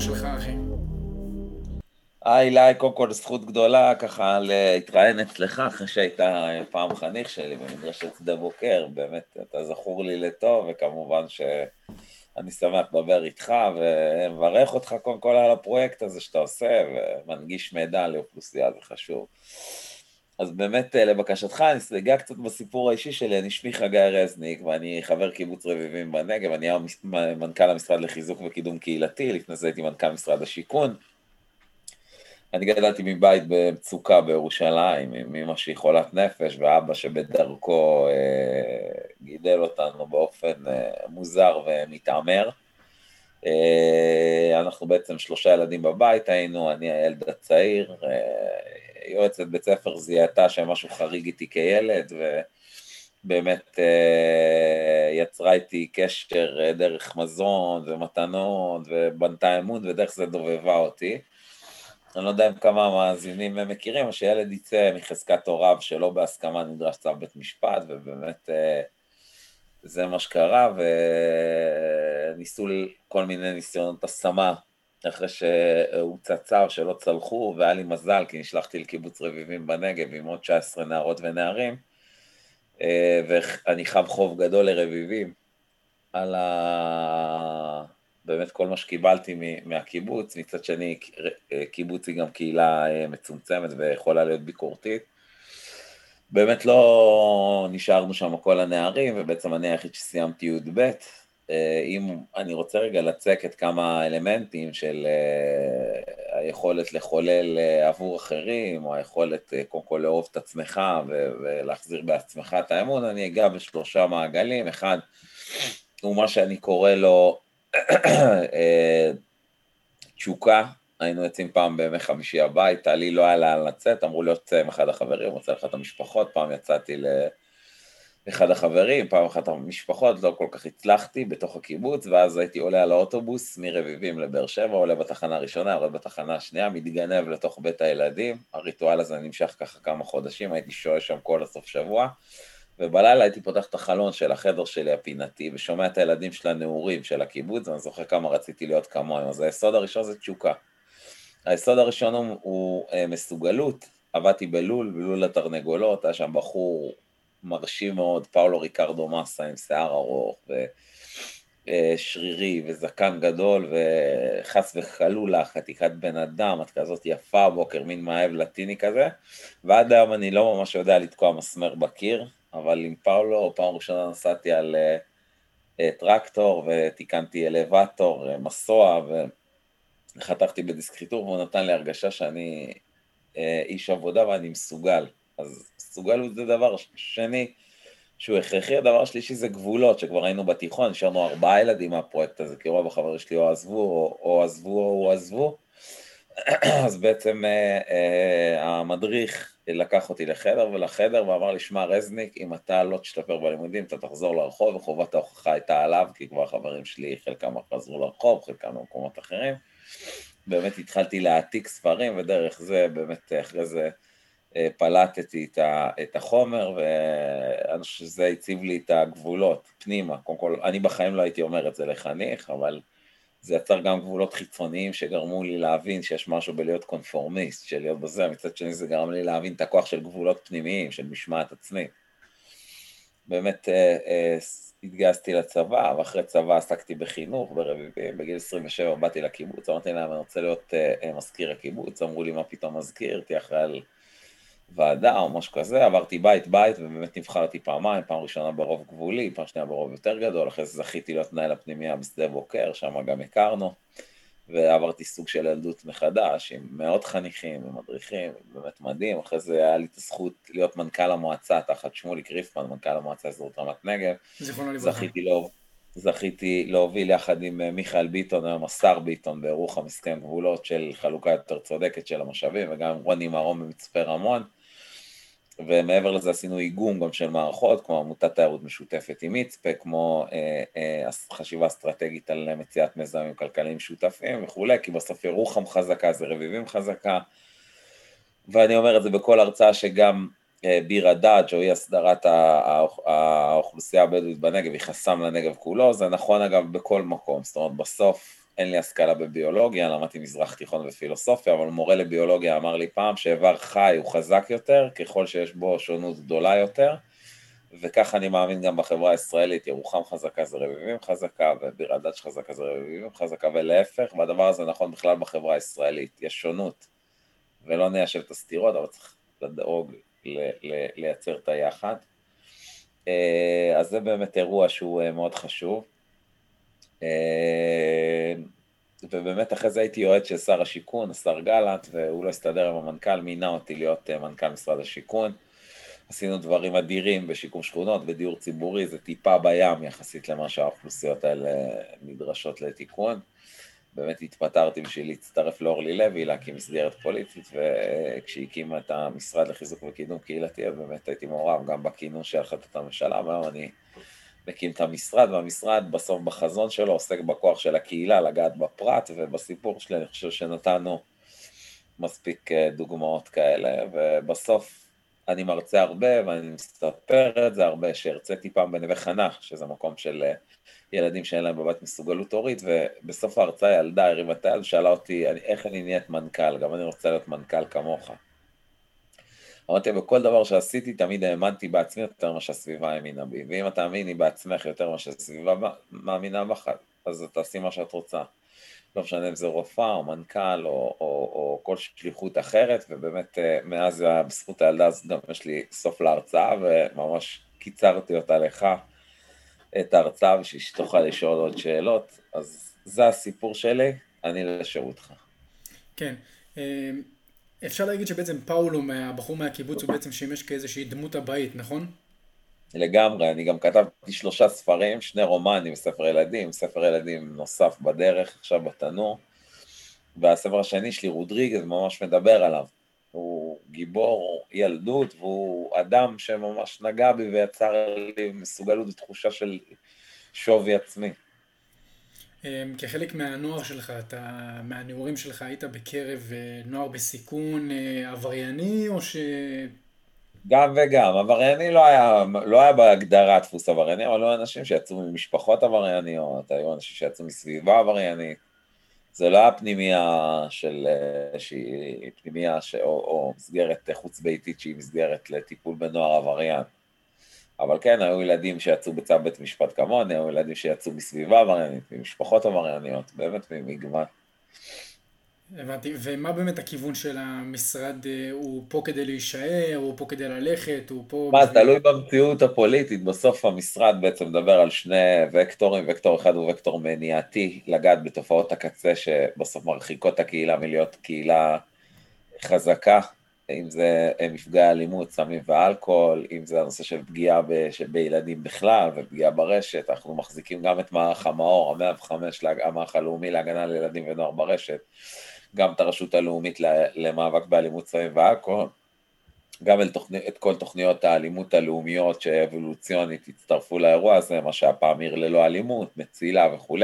שלך, אחי? אילי, קודם כל זכות גדולה ככה להתראיין אצלך אחרי שהיית פעם חניך שלי במדרשת שדה בוקר, באמת אתה זכור לי לטוב, וכמובן שאני שמח לדבר איתך ומברך אותך קודם כל על הפרויקט הזה שאתה עושה ומנגיש מידע לאוכלוסייה, זה חשוב. אז באמת לבקשתך אני אגע קצת בסיפור האישי שלי. אני שמי חגי רזניק ואני חבר קיבוץ רביבים בנגב, אני היום מנכ"ל המשרד לחיזוק וקידום קהילתי, לפני זה הייתי מנכ"ל משרד השיכון. אני גדלתי מבית במצוקה בירושלים, עם אמא שהיא חולת נפש, ואבא שבדרכו גידל אותנו באופן מוזר ומתעמר. אנחנו בעצם 3 ילדים בבית היינו, אני הילד הצעיר, יועצת בית ספר זיהתה שמשהו חריג איתי כילד, ובאמת יצרה איתי קשר דרך מזון ומתנות, ובנתה אמון, ודרך זה דובבה אותי. אני לא יודע אם כמה המאזינים מכירים, אבל שילד יצא מחזקת הוריו שלא בהסכמה נדרש צו בית משפט, ובאמת זה מה שקרה, וניסו כל מיני ניסיונות השמה, אחרי שהוצא צו שלא צלחו, והיה לי מזל, כי נשלחתי לקיבוץ רביבים בנגב עם עוד 19 נערות ונערים, ואני חב חוב גדול לרביבים, על באמת כל מה שקיבלתי מהקיבוץ. מצד שני, קיבוץ היא גם קהילה מצומצמת ויכולה להיות ביקורתית. באמת לא נשארנו שם כל הנערים, ובעצם אני היחיד שסיימתי י"ב. אם אני רוצה רגע לצקת כמה אלמנטים של היכולת לחולל עבור אחרים, או היכולת קודם כל לאהוב את עצמך ולהחזיר בעצמך את האמון, אני אגע ב3 מעגלים. אחד הוא מה שאני קורא לו תשוקה. היינו יוצאים פעם בימי חמישי הביתה, לי לא היה לאן לצאת, אמרו לי יוצא עם אחד החברים, רוצה לך את המשפחות, פעם יצאתי לאחד החברים, פעם אחת המשפחות, לא כל כך הצלחתי בתוך הקיבוץ, ואז הייתי עולה על האוטובוס מרביבים לבאר שבע, עולה בתחנה הראשונה, עולה בתחנה השנייה, מתגנב לתוך בית הילדים. הריטואל הזה נמשך ככה כמה חודשים, הייתי שוהה שם כל הסוף שבוע, ובלילה הייתי פותח את החלון של החדר שלי הפינתי, ושומע את הילדים של הנעורים של הקיבוץ, ואני זוכר כמה רציתי להיות כמוהם. אז היסוד הראשון זה תשוקה. היסוד הראשון הוא מסוגלות. עבדתי בלול לתרנגולות, היה שם בחור מרשים מאוד, פאולו ריקרדו מסה, עם שיער ארוך ושרירי וזקן גדול, וחס וחלולה, חתיכת בן אדם, את כזאת יפה בוקר, מין מאהב לטיני כזה, ועד היום אני לא ממש יודע לתקוע מסמר בקיר, אבל עם פאולו פעם ראשונה נסעתי על טרקטור, ותיקנתי אלווטור, מסוע, וחתכתי בדיסק חיתוך, והוא נתן לי הרגשה שאני איש עבודה ואני מסוגל. אז מסוגלות זה דבר שני שהוא הכרחי. הדבר השלישי זה גבולות, שכבר היינו בתיכון, נשארנו 4 ילדים מהפרויקט הזה, כי רוב החברים שלי או עזבו או עזבו. אז בעצם המדריך לקח אותי לחדר ואמר לי, שמע רזניק, אם אתה לא תשתפר בלימודים, אתה תחזור לרחוב, וחובת ההוכחה הייתה עליו, כי כבר החברים שלי חלקם חזרו לרחוב, חלקם למקומות אחרים. באמת התחלתי להעתיק ספרים, ודרך זה באמת אחרי זה פלטתי את החומר, ואני חושב שזה הציב לי את הגבולות פנימה. קודם כל, אני בחיים לא הייתי אומר את זה לחניך, אבל זה יצר גם גבולות חיצוניים שגרמו לי להבין שיש משהו בלהיות קונפורמיסט, של להיות בזה. מצד שני זה גרם לי להבין את הכוח של גבולות פנימיים, של משמעת עצמית. באמת התגייסתי לצבא, ואחרי צבא עסקתי בחינוך ברביבים. בגיל 27 באתי לקיבוץ, אמרתי להם, אני רוצה להיות מזכיר הקיבוץ. אמרו לי, מה פתאום מזכיר? תהיה אחראי על ועדה או משהו כזה. עברתי בית, ובאמת נבחרתי פעמיים, פעם ראשונה ברוב גבולי, פעם שנייה ברוב יותר גדול. אחרי זה זכיתי להיות מנהל הפנימייה בשדה בוקר, שם גם הכרנו, ועברתי סוג של ילדות מחדש, עם מאות חניכים ומדריכים, באמת מדהים. אחרי זה היה לי את הזכות להיות מנכ"ל המועצה, תחת שמולי קריפמן, מנכ"ל המועצה אזורית רמת נגב. זיכרונו לברכה. זכיתי להוביל יחד עם מיכאל ביטון, היום השר ביטון, בירוחם הסכם גבולות של חלוקה יותר צודקת של המשאבים, וגם עם רוני מרום במצפה רמון. ומעבר לזה עשינו איגום גם של מערכות, כמו עמותת תיירות משותפת עם מצפה, כמו חשיבה אסטרטגית על מציאת מיזמים כלכליים משותפים וכו', כי בסוף ירוחם חזקה, זה רביבים חזקה. ואני אומר את זה בכל הרצאה, שגם ביר הדאג' או אי הסדרת האוכלוסייה הבדואית בנגב היא חסם לנגב כולו. זה נכון אגב בכל מקום. זאת אומרת, בסוף אין לי השכלה בביולוגיה, למדתי מזרח תיכון ופילוסופיה, אבל מורה לביולוגיה אמר לי פעם שאיבר חי הוא חזק יותר, ככל שיש בו שונות גדולה יותר, וכך אני מאמין גם בחברה הישראלית, ירוחם חזקה זה רביבים חזקה, וביר הדאג' חזקה זה רביבים חזקה, ולהפך, והדבר הזה נכון בכלל בחברה הישראלית, יש שונות, ולא ניישב את הסתירות, אבל צריך לדאוג לייצר את היחד. אז זה באמת אירוע שהוא מאוד חשוב. ובאמת אחרי זה הייתי יועץ של שר השיכון, השר גלנט, והוא לא הסתדר עם המנכ"ל, מינה אותי להיות מנכ"ל משרד השיכון. עשינו דברים אדירים בשיקום שכונות, בדיור ציבורי, זה טיפה בים יחסית למה שהאוכלוסיות האלה נדרשות לתיקון. באמת התפטרתי בשביל להצטרף לאורלי לוי, להקים מסגרת פוליטית, וכשהיא הקימה את המשרד לחיזוק וקידום קהילתי, באמת הייתי מעורב גם בכינון של החלטת הממשלה, והיום אני מקים את המשרד, והמשרד בסוף בחזון שלו עוסק בכוח של הקהילה, לגעת בפרט, ובסיפור שלי אני חושב שנתנו מספיק דוגמאות כאלה, ובסוף אני מרצה הרבה, ואני מספר את זה הרבה, שהרציתי פעם בנווה חנה, שזה מקום של ילדים שאין להם בבית מסוגלות הורית, ובסוף ההרצאה ילדה הרימה את היד ושאלה אותי, איך אני נהיית מנכ"ל, גם אני רוצה להיות מנכ"ל כמוך. אמרתי, בכל דבר שעשיתי, תמיד האמנתי בעצמי יותר מה שהסביבה האמינה בי, ואם אתה מאמיני בעצמך יותר מה שהסביבה מאמינה בך, אז תעשי מה שאת רוצה. לא משנה אם זה רופאה או מנכ"ל או כל שליחות אחרת, ובאמת מאז בזכות הילדה אז גם יש לי סוף להרצאה, וממש קיצרתי אותה לך את ההרצאה בשביל שתוכל לשאול עוד שאלות, אז זה הסיפור שלי, אני לשירותך. כן. אפשר להגיד שבעצם פאולו, הבחור מהקיבוץ, הוא בעצם שימש כאיזושהי דמות הבית, נכון? לגמרי, אני גם כתבתי 3 ספרים, 2 רומנים, ספר ילדים נוסף בדרך, עכשיו בתנור, והספר השני שלי, רודריגז, ממש מדבר עליו. הוא גיבור ילדות, והוא אדם שממש נגע בי ויצר לי מסוגלות ותחושה של שווי עצמי. כחלק מהנוער שלך, מהנעורים שלך, היית בקרב נוער בסיכון עברייני, או ש... גם וגם, עברייני לא היה בהגדרה דפוס עברייני, אבל היו אנשים שיצאו ממשפחות עברייניות, היו אנשים שיצאו מסביבה עבריינית, זה לא היה פנימיה שהיא פנימיה או מסגרת חוץ ביתית שהיא מסגרת לטיפול בנוער עבריין. אבל כן, היו ילדים שיצאו בצו בית משפט כמוני, היו ילדים שיצאו מסביבה עבריינית, ממשפחות עברייניות, באמת ממגוון. הבנתי. ומה באמת הכיוון של המשרד? הוא פה כדי להישאר, הוא פה כדי ללכת, הוא פה מה, בשביל... תלוי במציאות הפוליטית, בסוף המשרד בעצם מדבר על 2 וקטורים, וקטור אחד הוא וקטור מניעתי, לגעת בתופעות הקצה שבסוף מרחיקות את הקהילה מלהיות קהילה חזקה, אם זה מפגעי אלימות, סמים ואלכוהול, אם זה הנושא של פגיעה בילדים בכלל ופגיעה ברשת, אנחנו מחזיקים גם את מערך המאור, ה-105, המערך הלאומי להגנה על ילדים ונוער ברשת, גם את הרשות הלאומית למאבק באלימות, סמים ואלכוהול, גם את כל תוכניות האלימות הלאומיות שאבולוציונית הצטרפו לאירוע הזה, מה שהפעם עיר ללא אלימות, מצילה וכו'.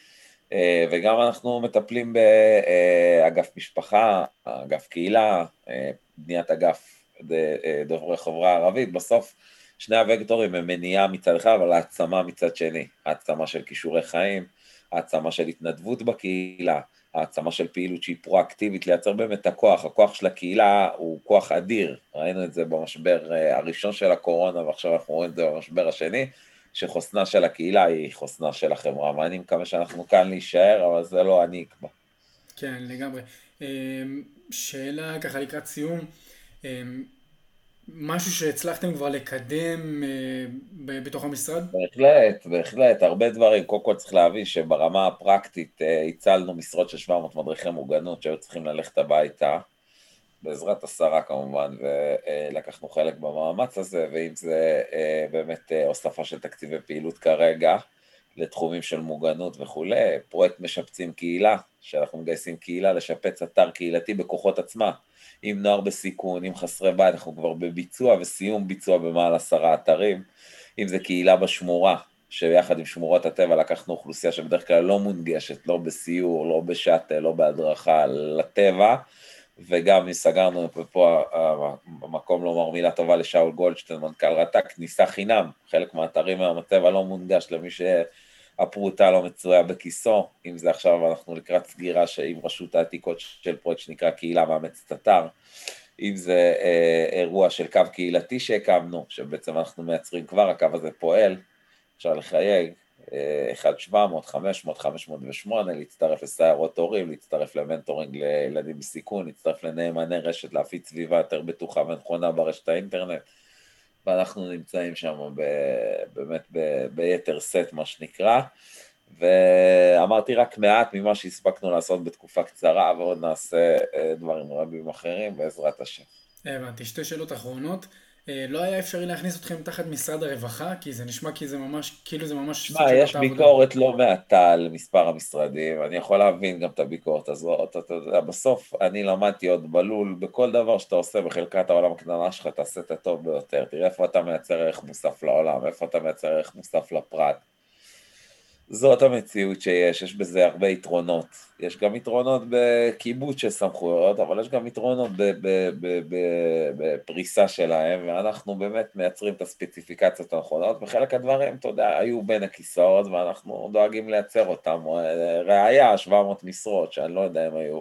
וגם אנחנו מטפלים באגף משפחה, אגף קהילה, בניית אגף דוברי חברה ערבית, בסוף 2 הווקטורים הם מניעה מצד אחד, אבל העצמה מצד שני, העצמה של כישורי חיים, העצמה של התנדבות בקהילה, העצמה של פעילות שהיא פרואקטיבית, לייצר באמת הכוח של הקהילה הוא כוח אדיר, ראינו את זה במשבר הראשון של הקורונה, ועכשיו אנחנו רואים את זה במשבר השני, שחוסנה של הקהילה היא חוסנה של החברה, ואני מקווה שאנחנו כאן להישאר, אבל זה לא אני אקבע. כן, לגמרי. שאלה ככה לקראת סיום, משהו שהצלחתם כבר לקדם בתוך המשרד? בהחלט, בהחלט, הרבה דברים. קודם כל צריך להבין שברמה הפרקטית הצלנו משרות של 700 מדריכי מוגנות שהיו צריכים ללכת הביתה, בעזרת השרה כמובן, ולקחנו חלק במאמץ הזה, ואם זה באמת הוספה של תקציבי פעילות כרגע, לתחומים של מוגנות וכו', פרויקט משפצים קהילה, שאנחנו מגייסים קהילה לשפץ אתר קהילתי בכוחות עצמה, עם נוער בסיכון, עם חסרי בית, אנחנו כבר בביצוע וסיום ביצוע במעל 10 אתרים, אם זה קהילה בשמורה, שיחד עם שמורות הטבע לקחנו אוכלוסייה שבדרך כלל לא מונגשת, לא בסיור, לא בשאטל, לא בהדרכה, לטבע, וגם סגרנו פה המקום לומר מילה טובה לשאול גולדשטיין, מנכ"ל רט"ג, כניסה חינם, חלק מהאתרים היום הטבע לא מונגש למי הפרוטה לא מצויה בכיסו, אם זה עכשיו אנחנו לקראת סגירה עם רשות העתיקות של פרויקט שנקרא קהילה מאמצת אתר, אם זה אירוע של קו קהילתי שהקמנו, שבעצם אנחנו מייצרים כבר, הקו הזה פועל, אפשר לחייג, 1-700, 500, 508, להצטרף לסיירות הורים, להצטרף למנטורינג לילדים בסיכון, להצטרף לנאמני רשת, להפיץ סביבה יותר בטוחה ונכונה ברשת האינטרנט, ואנחנו נמצאים שם באמת ביתר סט מה שנקרא, ואמרתי רק מעט ממה שהספקנו לעשות בתקופה קצרה, ועוד נעשה דברים רבים אחרים בעזרת השם. הבנתי, שתי שאלות אחרונות. לא היה אפשרי להכניס אתכם תחת משרד הרווחה, כי זה נשמע כאילו זה ממש... יש ביקורת לא מעטה על מספר המשרדים, אני יכול להבין גם את הביקורת הזאת, אתה יודע, בסוף אני למדתי עוד בלול, בכל דבר שאתה עושה בחלקת העולם הקטנה שלך, תעשה את הטוב ביותר, תראה איפה אתה מייצר ערך מוסף לעולם, איפה אתה מייצר ערך מוסף לפרט, זאת המציאות יש בזה הרבה יתרונות, יש גם יתרונות בכיבוד של סמכויות, אבל יש גם יתרונות בפריסה שלהם, ואנחנו באמת מייצרים את הספציפיקציות הנכונות, וחלק הדברים, אתה יודע, היו בין הכיסאות, ואנחנו דואגים לייצר אותם, ראיה 700 משרות, שאני לא יודע אם היו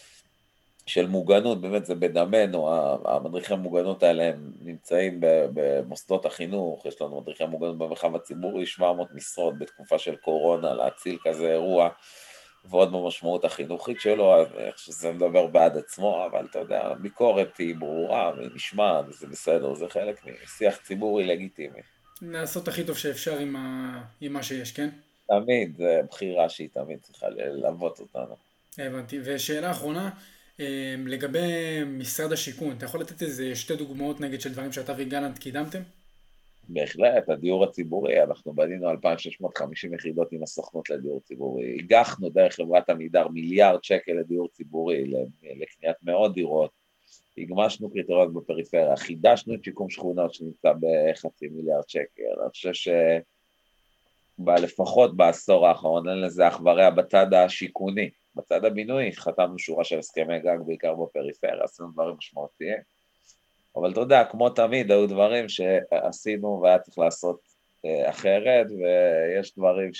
של מוגנות, באמת זה בדמנו, המדריכי המוגנות האלה הם נמצאים במוסדות החינוך, יש לנו מדריכי מוגנות במרחב הציבורי, 700 משרות בתקופה של קורונה, להציל כזה אירוע, ועוד במשמעות החינוכית שלו, איך שזה מדבר בעד עצמו, אבל אתה יודע, הביקורת היא ברורה ונשמעת, וזה בסדר, זה חלק משיח ציבורי לגיטימי. לעשות הכי טוב שאפשר עם מה שיש, כן? תמיד, זה בחירה שהיא תמיד צריכה ללוות אותנו. הבנתי, ושאלה אחרונה, לגבי משרד השיכון, אתה יכול לתת איזה שתי דוגמאות נגד של דברים שאתה וגלנט קידמתם? בהחלט, הדיור הציבורי, אנחנו בנינו 2,650 יחידות עם הסוכנות לדיור ציבורי, הגחנו דרך חברת עמידר מיליארד שקל לדיור ציבורי, לקניית מאות דירות, הגמשנו קריטריונים בפריפריה, חידשנו את שיקום שכונות שנמצא בחצי מיליארד שקל, אני חושב שלפחות בעשור האחרון אין לזה אח ורע בצד השיכוני, בצד הבינוי חתמנו שורה של הסכמי גג בעיקר בפריפריה, עשינו דברים משמעותיים, אבל אתה יודע, כמו תמיד, היו דברים שעשינו והיה צריך לעשות אחרת, ויש דברים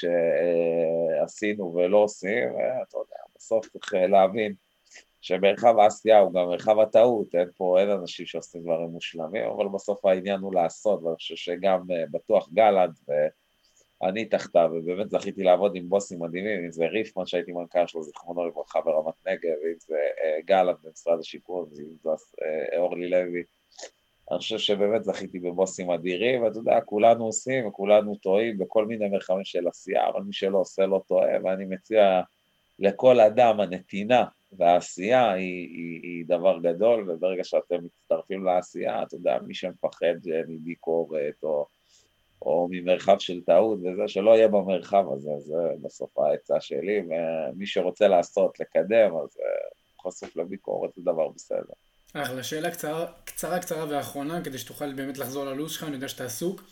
שעשינו ולא עושים, ואתה יודע, בסוף צריך להבין שמרחב העשייה הוא גם מרחב הטעות, אין אנשים שעושים דברים מושלמים, אבל בסוף העניין הוא לעשות, ואני חושב שגם בטוח גלנט, אני תחתיו, ובאמת זכיתי לעבוד עם בוסים מדהימים, אם זה ריפמן שהייתי מנכ"ל שלו, זיכרונו לברכה ברמת נגב, אם זה גלנט במשרד השיכון, אם זה אורלי לוי, אני חושב שבאמת זכיתי בבוסים אדירים, ואתה יודע, כולנו עושים וכולנו טועים בכל מיני מרחבים של עשייה, אבל מי שלא עושה לא טועה, ואני מציע לכל אדם הנתינה והעשייה היא דבר גדול, וברגע שאתם מצטרפים לעשייה, אתה יודע, מי שמפחד מביקורת או ממרחב של טעות וזה, שלא יהיה במרחב הזה, זה בסוף העצה שלי, ומי שרוצה לעשות, לקדם, אז חשוף לביקורת, זה דבר בסדר. אחלה, שאלה קצרה ואחרונה, כדי שתוכל באמת לחזור ללו"ז שלך, אני יודע שאתה עסוק.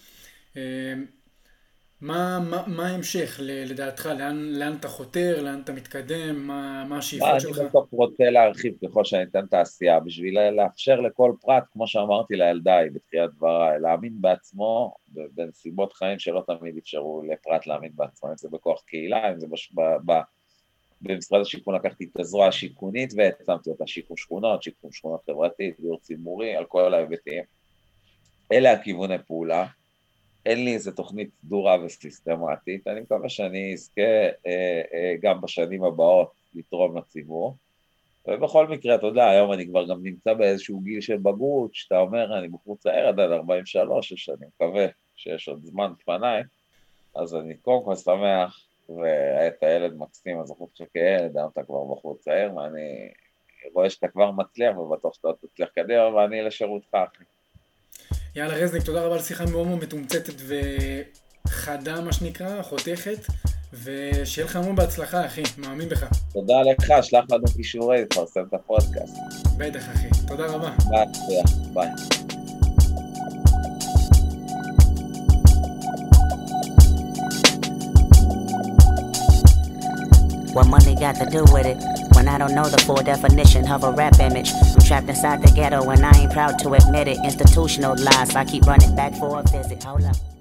מה ההמשך לדעתך? לאן אתה חותר? לאן אתה מתקדם? מה השאיפות שלך? אני בסוף רוצה להרחיב ככל שאני אתן את העשייה, בשביל לאפשר לכל פרט, כמו שאמרתי לילדיי בתחילת דבריי, להאמין בעצמו בנסיבות חיים שלא תמיד אפשרו לפרט להאמין בעצמו, אם זה בכוח קהילה, אם זה במשרד השיכון לקחתי את הזרוע השיכונית והצמתי אותה שיקום שכונות חברתית, דיור ציבורי, על כל ההיבטים. אלה הכיווני פעולה. אין לי איזו תוכנית סדורה וסיסטמטית, אני מקווה שאני אזכה גם בשנים הבאות לתרום לציבור, ובכל מקרה, אתה יודע, היום אני כבר גם נמצא באיזשהו גיל של בגרות, שאתה אומר, אני בחור צעיר עד 43, אני מקווה שיש עוד זמן לפניי, אז אני קודם כל שמח, ואת הילד מקסים, אז חושב שכילד, אתה כבר בחור צעיר, ואני רואה שאתה כבר מצליח, ובטוח שאתה עוד תצליח קדימה, ואני לשירותך, אחי. יאללה רזניק, תודה רבה על שיחה מאוד מתומצתת וחדה, מה שנקרא, חותכת, ושיהיה לך המון בהצלחה, אחי, מאמין בך. תודה לך, שלח לנו קישורי, תפרסם את הפודקאסט. בטח, אחי, תודה רבה. ביי. What money got to do with it? When I don't know the full definition of a rap image. I'm trapped inside the ghetto and I ain't proud to admit it. Institutional lies, I keep running back for a visit. Hold up.